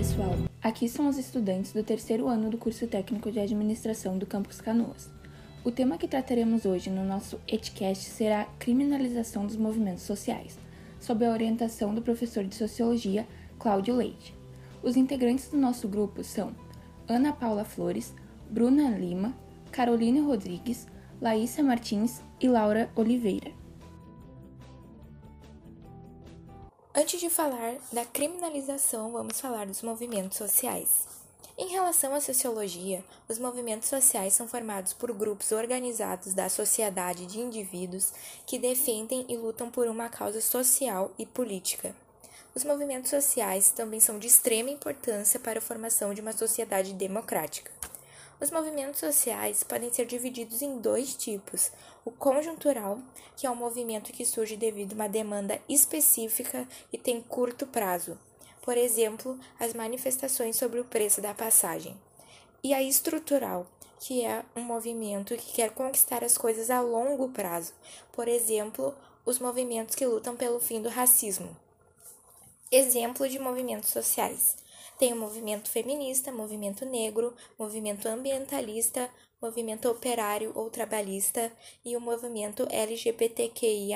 pessoal! Aqui são os estudantes do terceiro ano do curso técnico de administração do Campus Canoas. O tema que trataremos hoje no nosso ETcast será a criminalização dos movimentos sociais, sob a orientação do professor de Sociologia, Cláudio Leite. Os integrantes do nosso grupo são Ana Paula Flores, Bruna Lima, Caroline Rodrigues, Laísa Martins e Laura Oliveira. Antes de falar da criminalização, vamos falar dos movimentos sociais. Em relação à sociologia, os movimentos sociais são formados por grupos organizados da sociedade de indivíduos que defendem e lutam por uma causa social e política. Os movimentos sociais também são de extrema importância para a formação de uma sociedade democrática. Os movimentos sociais podem ser divididos em dois tipos: o conjuntural, que é um movimento que surge devido a uma demanda específica e tem curto prazo, por exemplo, as manifestações sobre o preço da passagem, e a estrutural, que é um movimento que quer conquistar as coisas a longo prazo, por exemplo, os movimentos que lutam pelo fim do racismo. Exemplo de movimentos sociais: tem o movimento feminista, movimento negro, movimento ambientalista, movimento operário ou trabalhista e o movimento LGBTQIA+.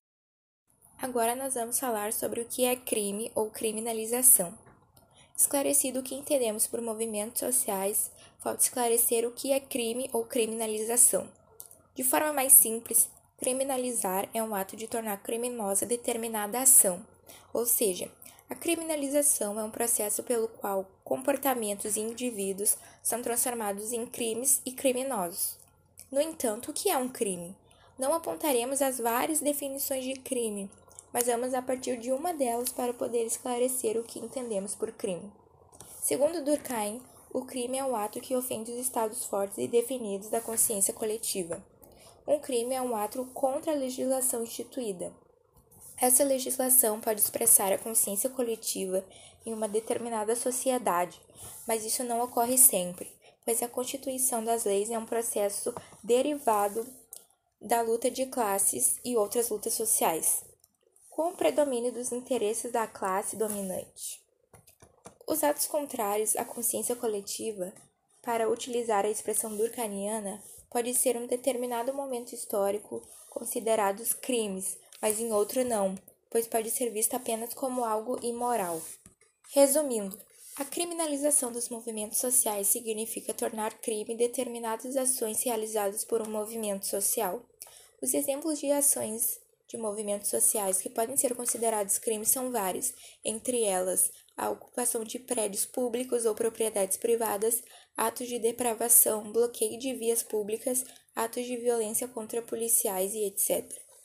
Agora nós vamos falar sobre o que é crime ou criminalização. Esclarecido o que entendemos por movimentos sociais, falta esclarecer o que é crime ou criminalização. De forma mais simples, criminalizar é um ato de tornar criminosa determinada ação, ou seja, a criminalização é um processo pelo qual comportamentos e indivíduos são transformados em crimes e criminosos. No entanto, o que é um crime? Não apontaremos as várias definições de crime, mas vamos a partir de uma delas para poder esclarecer o que entendemos por crime. Segundo Durkheim, o crime é um ato que ofende os estados fortes e definidos da consciência coletiva. Um crime é um ato contra a legislação instituída. Essa legislação pode expressar a consciência coletiva em uma determinada sociedade, mas isso não ocorre sempre, pois a constituição das leis é um processo derivado da luta de classes e outras lutas sociais, com o predomínio dos interesses da classe dominante. Os atos contrários à consciência coletiva, para utilizar a expressão durkheimiana, pode ser em um determinado momento histórico considerados crimes, mas em outro não, pois pode ser visto apenas como algo imoral. Resumindo, a criminalização dos movimentos sociais significa tornar crime determinadas ações realizadas por um movimento social. Os exemplos de ações de movimentos sociais que podem ser considerados crimes são vários, entre elas a ocupação de prédios públicos ou propriedades privadas, atos de depravação, bloqueio de vias públicas, atos de violência contra policiais e etc.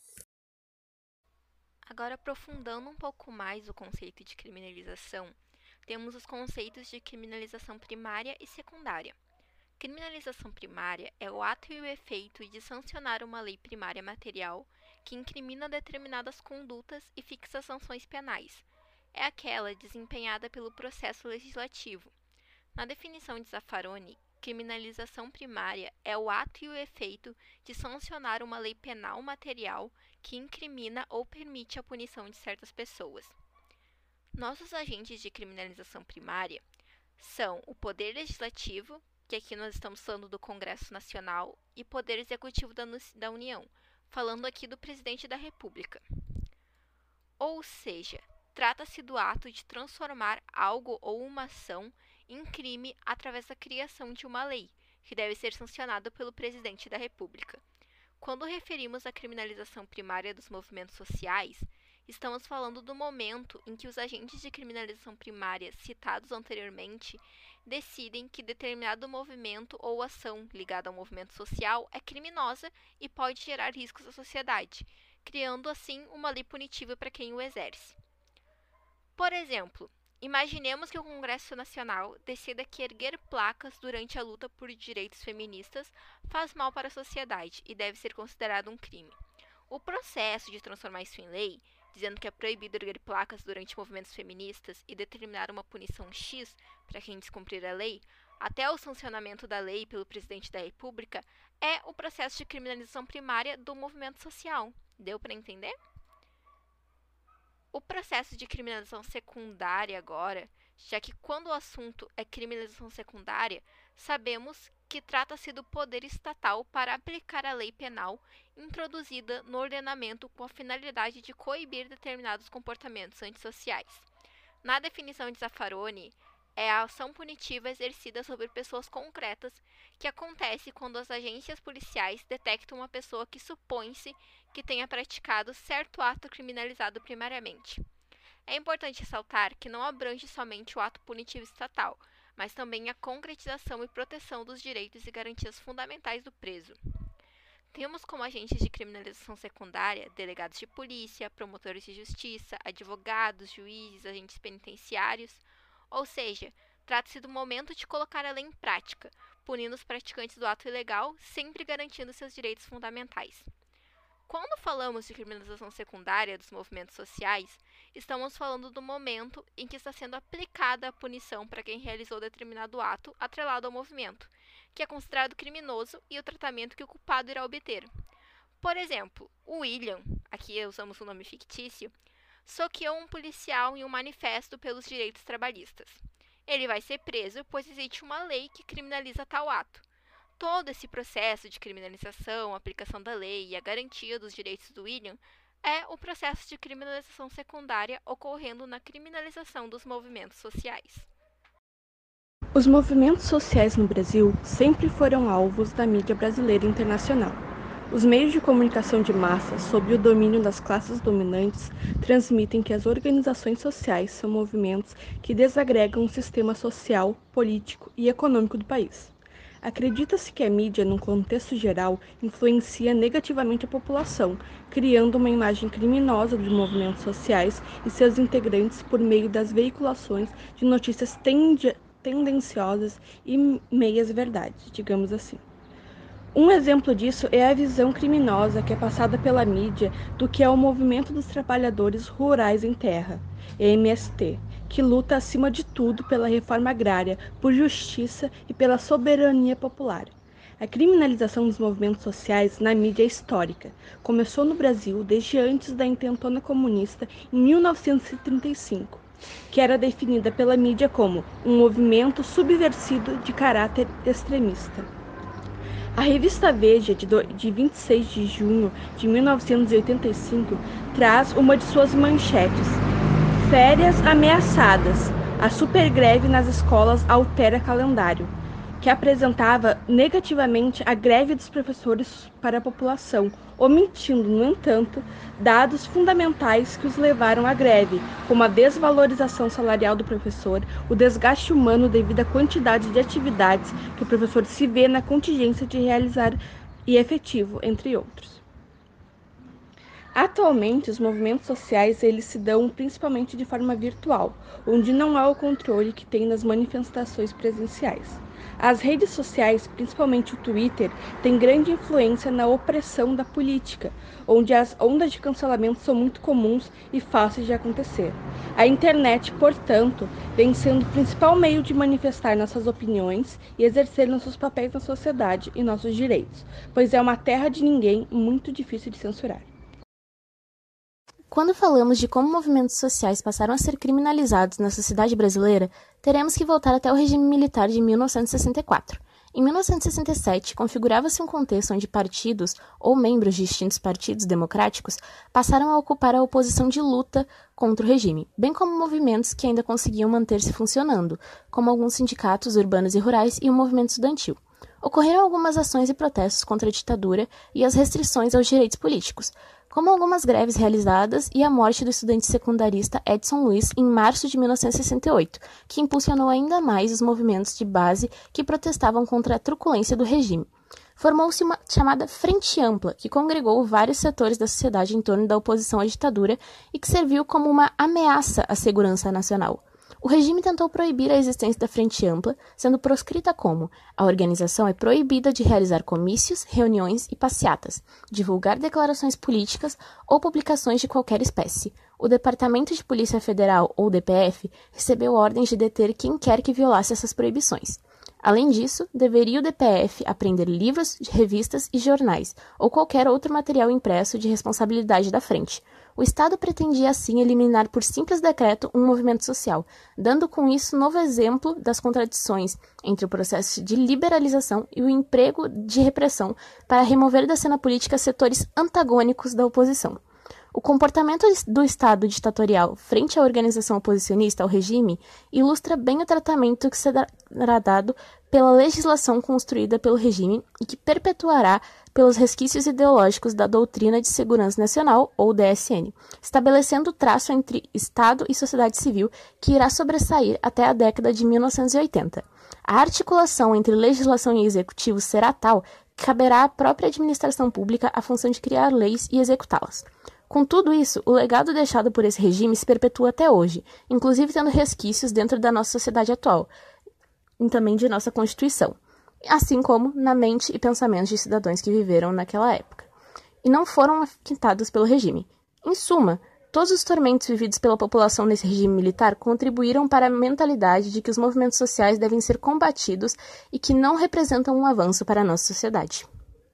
Agora, aprofundando um pouco mais o conceito de criminalização, temos os conceitos de criminalização primária e secundária. Criminalização primária é o ato e o efeito de sancionar uma lei primária material que incrimina determinadas condutas e fixa sanções penais. É aquela desempenhada pelo processo legislativo. Na definição de Zaffaroni, criminalização primária é o ato e o efeito de sancionar uma lei penal material que incrimina ou permite a punição de certas pessoas. Nossos agentes de criminalização primária são o Poder Legislativo, que aqui nós estamos falando do Congresso Nacional, e Poder Executivo da União, falando aqui do Presidente da República. Ou seja, trata-se do ato de transformar algo ou uma ação em crime através da criação de uma lei, que deve ser sancionada pelo Presidente da República. Quando referimos à criminalização primária dos movimentos sociais, estamos falando do momento em que os agentes de criminalização primária citados anteriormente decidem que determinado movimento ou ação ligada ao movimento social é criminosa e pode gerar riscos à sociedade, criando assim uma lei punitiva para quem o exerce. Por exemplo, imaginemos que o Congresso Nacional decida que erguer placas durante a luta por direitos feministas faz mal para a sociedade e deve ser considerado um crime. O processo de transformar isso em lei, dizendo que é proibido erguer placas durante movimentos feministas e determinar uma punição X para quem descumprir a lei, até o sancionamento da lei pelo Presidente da República, é o processo de criminalização primária do movimento social. Deu para entender? O processo de criminalização secundária agora já que quando o assunto é criminalização secundária, sabemos que trata-se do poder estatal para aplicar a lei penal introduzida no ordenamento com a finalidade de coibir determinados comportamentos antissociais. Na definição de Zaffaroni, é a ação punitiva exercida sobre pessoas concretas que acontece quando as agências policiais detectam uma pessoa que supõe-se que tenha praticado certo ato criminalizado primariamente. É importante ressaltar que não abrange somente o ato punitivo estatal, mas também a concretização e proteção dos direitos e garantias fundamentais do preso. Temos como agentes de criminalização secundária delegados de polícia, promotores de justiça, advogados, juízes, agentes penitenciários, ou seja, trata-se do momento de colocar a lei em prática, punindo os praticantes do ato ilegal, sempre garantindo seus direitos fundamentais. Quando falamos de criminalização secundária dos movimentos sociais, estamos falando do momento em que está sendo aplicada a punição para quem realizou determinado ato atrelado ao movimento, que é considerado criminoso, e o tratamento que o culpado irá obter. Por exemplo, o William, aqui usamos um nome fictício, soqueou um policial em um manifesto pelos direitos trabalhistas. Ele vai ser preso, pois existe uma lei que criminaliza tal ato. Todo esse processo de criminalização, aplicação da lei e a garantia dos direitos do William é o processo de criminalização secundária ocorrendo na criminalização dos movimentos sociais. Os movimentos sociais no Brasil sempre foram alvos da mídia brasileira e internacional. Os meios de comunicação de massa, sob o domínio das classes dominantes, transmitem que as organizações sociais são movimentos que desagregam o sistema social, político e econômico do país. Acredita-se que a mídia, num contexto geral, influencia negativamente a população, criando uma imagem criminosa dos movimentos sociais e seus integrantes por meio das veiculações de notícias tendenciosas e meias-verdades, digamos assim. Um exemplo disso é a visão criminosa que é passada pela mídia do que é o Movimento dos Trabalhadores Rurais em Terra, MST, que luta acima de tudo pela reforma agrária, por justiça e pela soberania popular. A criminalização dos movimentos sociais na mídia é histórica. Começou no Brasil desde antes da intentona comunista, em 1935, que era definida pela mídia como um movimento subversivo de caráter extremista. A revista Veja, de 26 de junho de 1985, traz uma de suas manchetes: Férias ameaçadas. A supergreve nas escolas altera calendário, que apresentava negativamente a greve dos professores para a população, omitindo, no entanto, dados fundamentais que os levaram à greve, como a desvalorização salarial do professor, o desgaste humano devido à quantidade de atividades que o professor se vê na contingência de realizar e efetivo, entre outros. Atualmente, os movimentos sociais eles se dão principalmente de forma virtual, onde não há o controle que tem nas manifestações presenciais. As redes sociais, principalmente o Twitter, têm grande influência na opressão da política, onde as ondas de cancelamento são muito comuns e fáceis de acontecer. A internet, portanto, vem sendo o principal meio de manifestar nossas opiniões e exercer nossos papéis na sociedade e nossos direitos, pois é uma terra de ninguém muito difícil de censurar. Quando falamos de como movimentos sociais passaram a ser criminalizados na sociedade brasileira, teremos que voltar até o regime militar de 1964. Em 1967, configurava-se um contexto onde partidos, ou membros de distintos partidos democráticos, passaram a ocupar a oposição de luta contra o regime, bem como movimentos que ainda conseguiam manter-se funcionando, como alguns sindicatos urbanos e rurais e o movimento estudantil. Ocorreram algumas ações e protestos contra a ditadura e as restrições aos direitos políticos, como algumas greves realizadas e a morte do estudante secundarista Edson Luiz em março de 1968, que impulsionou ainda mais os movimentos de base que protestavam contra a truculência do regime. Formou-se uma chamada Frente Ampla, que congregou vários setores da sociedade em torno da oposição à ditadura e que serviu como uma ameaça à segurança nacional. O regime tentou proibir a existência da Frente Ampla, sendo proscrita como: a organização é proibida de realizar comícios, reuniões e passeatas, divulgar declarações políticas ou publicações de qualquer espécie. O Departamento de Polícia Federal, ou DPF, recebeu ordens de deter quem quer que violasse essas proibições. Além disso, deveria o DPF apreender livros, revistas e jornais, ou qualquer outro material impresso de responsabilidade da frente. O Estado pretendia, assim, eliminar por simples decreto um movimento social, dando com isso novo exemplo das contradições entre o processo de liberalização e o emprego de repressão para remover da cena política setores antagônicos da oposição. O comportamento do Estado ditatorial frente à organização oposicionista ao regime ilustra bem o tratamento que será dado pela legislação construída pelo regime e que perpetuará pelos resquícios ideológicos da Doutrina de Segurança Nacional, ou DSN, estabelecendo o traço entre Estado e sociedade civil que irá sobressair até a década de 1980. A articulação entre legislação e executivo será tal que caberá à própria administração pública a função de criar leis e executá-las. Com tudo isso, o legado deixado por esse regime se perpetua até hoje, inclusive tendo resquícios dentro da nossa sociedade atual, e também de nossa Constituição, assim como na mente e pensamentos de cidadãos que viveram naquela época, e não foram afetados pelo regime. Em suma, todos os tormentos vividos pela população nesse regime militar contribuíram para a mentalidade de que os movimentos sociais devem ser combatidos e que não representam um avanço para a nossa sociedade.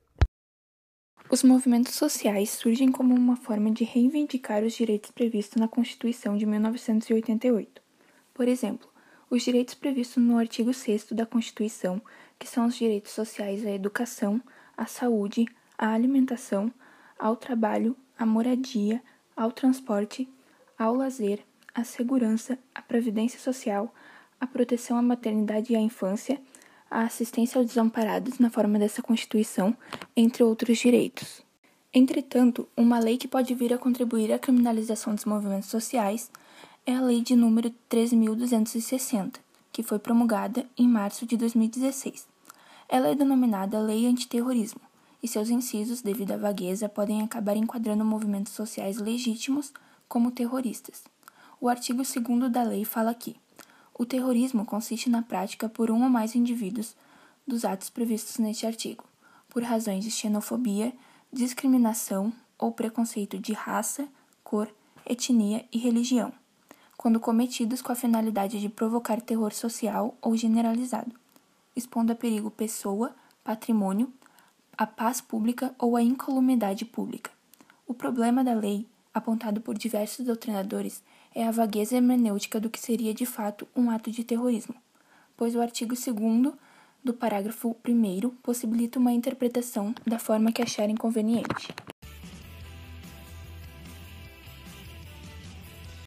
Os movimentos sociais surgem como uma forma de reivindicar os direitos previstos na Constituição de 1988. Por exemplo, os direitos previstos no artigo 6º da Constituição, que são os direitos sociais à educação, à saúde, à alimentação, ao trabalho, à moradia, ao transporte, ao lazer, à segurança, à previdência social, à proteção à maternidade e à infância, à assistência aos desamparados na forma dessa Constituição, entre outros direitos. Entretanto, uma lei que pode vir a contribuir à criminalização dos movimentos sociais é a Lei de número 3.260, que foi promulgada em março de 2016. Ela é denominada Lei Antiterrorismo, e seus incisos, devido à vagueza, podem acabar enquadrando movimentos sociais legítimos como terroristas. O artigo 2º da lei fala que o terrorismo consiste na prática por um ou mais indivíduos dos atos previstos neste artigo, por razões de xenofobia, discriminação ou preconceito de raça, cor, etnia e religião, quando cometidos com a finalidade de provocar terror social ou generalizado, expondo a perigo pessoa, patrimônio, a paz pública ou a incolumidade pública. O problema da lei, apontado por diversos doutrinadores, é a vagueza hermenêutica do que seria de fato um ato de terrorismo, pois o artigo 2º do parágrafo 1º possibilita uma interpretação da forma que acharem conveniente.